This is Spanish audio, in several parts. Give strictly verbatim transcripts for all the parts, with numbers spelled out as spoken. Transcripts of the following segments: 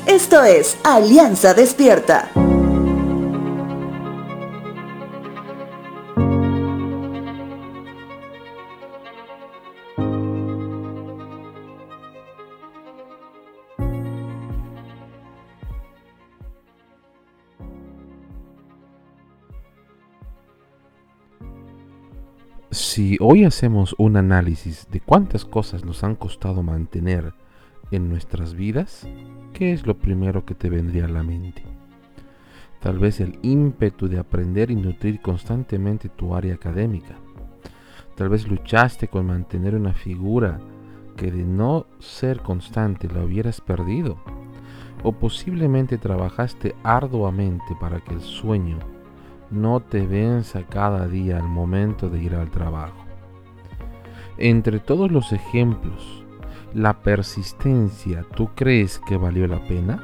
Esto es Alianza Despierta. Si hoy hacemos un análisis de cuántas cosas nos han costado mantener en nuestras vidas, ¿qué es lo primero que te vendría a la mente? Tal vez el ímpetu de aprender y nutrir constantemente tu área académica. Tal vez luchaste con mantener una figura que de no ser constante la hubieras perdido. O posiblemente trabajaste arduamente para que el sueño no te venza cada día al momento de ir al trabajo. Entre todos los ejemplos, ¿la persistencia tú crees que valió la pena?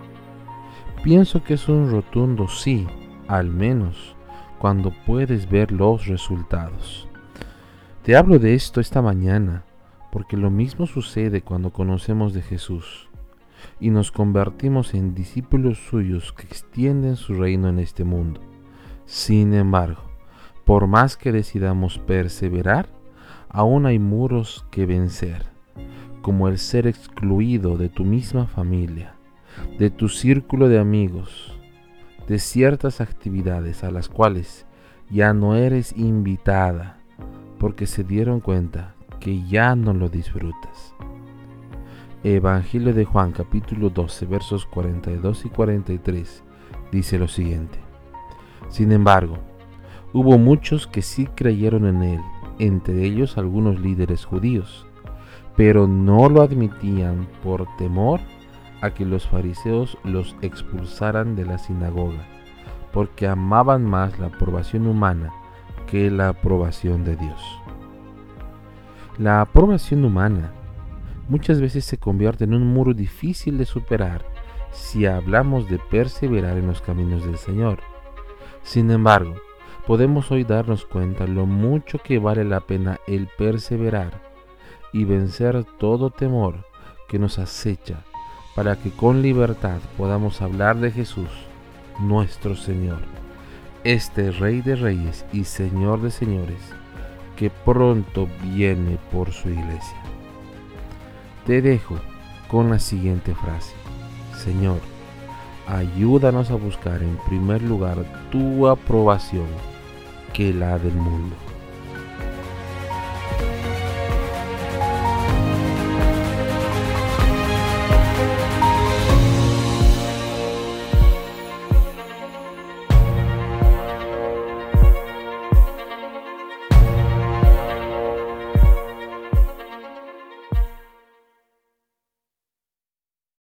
Pienso que es un rotundo sí, al menos cuando puedes ver los resultados. Te hablo de esto esta mañana porque lo mismo sucede cuando conocemos de Jesús y nos convertimos en discípulos suyos que extienden su reino en este mundo. Sin embargo, por más que decidamos perseverar, aún hay muros que vencer, como el ser excluido de tu misma familia, de tu círculo de amigos, de ciertas actividades a las cuales ya no eres invitada porque se dieron cuenta que ya no lo disfrutas. Evangelio de Juan capítulo doce versos cuarenta y dos y cuarenta y tres dice lo siguiente: Sin embargo, hubo muchos que sí creyeron en él, entre ellos algunos líderes judíos, pero no lo admitían por temor a que los fariseos los expulsaran de la sinagoga, porque amaban más la aprobación humana que la aprobación de Dios. La aprobación humana muchas veces se convierte en un muro difícil de superar si hablamos de perseverar en los caminos del Señor. Sin embargo, podemos hoy darnos cuenta lo mucho que vale la pena el perseverar y vencer todo temor que nos acecha para que con libertad podamos hablar de Jesús, nuestro Señor, este Rey de Reyes y Señor de Señores, que pronto viene por su iglesia. Te dejo con la siguiente frase: Señor, ayúdanos a buscar en primer lugar tu aprobación que la del mundo.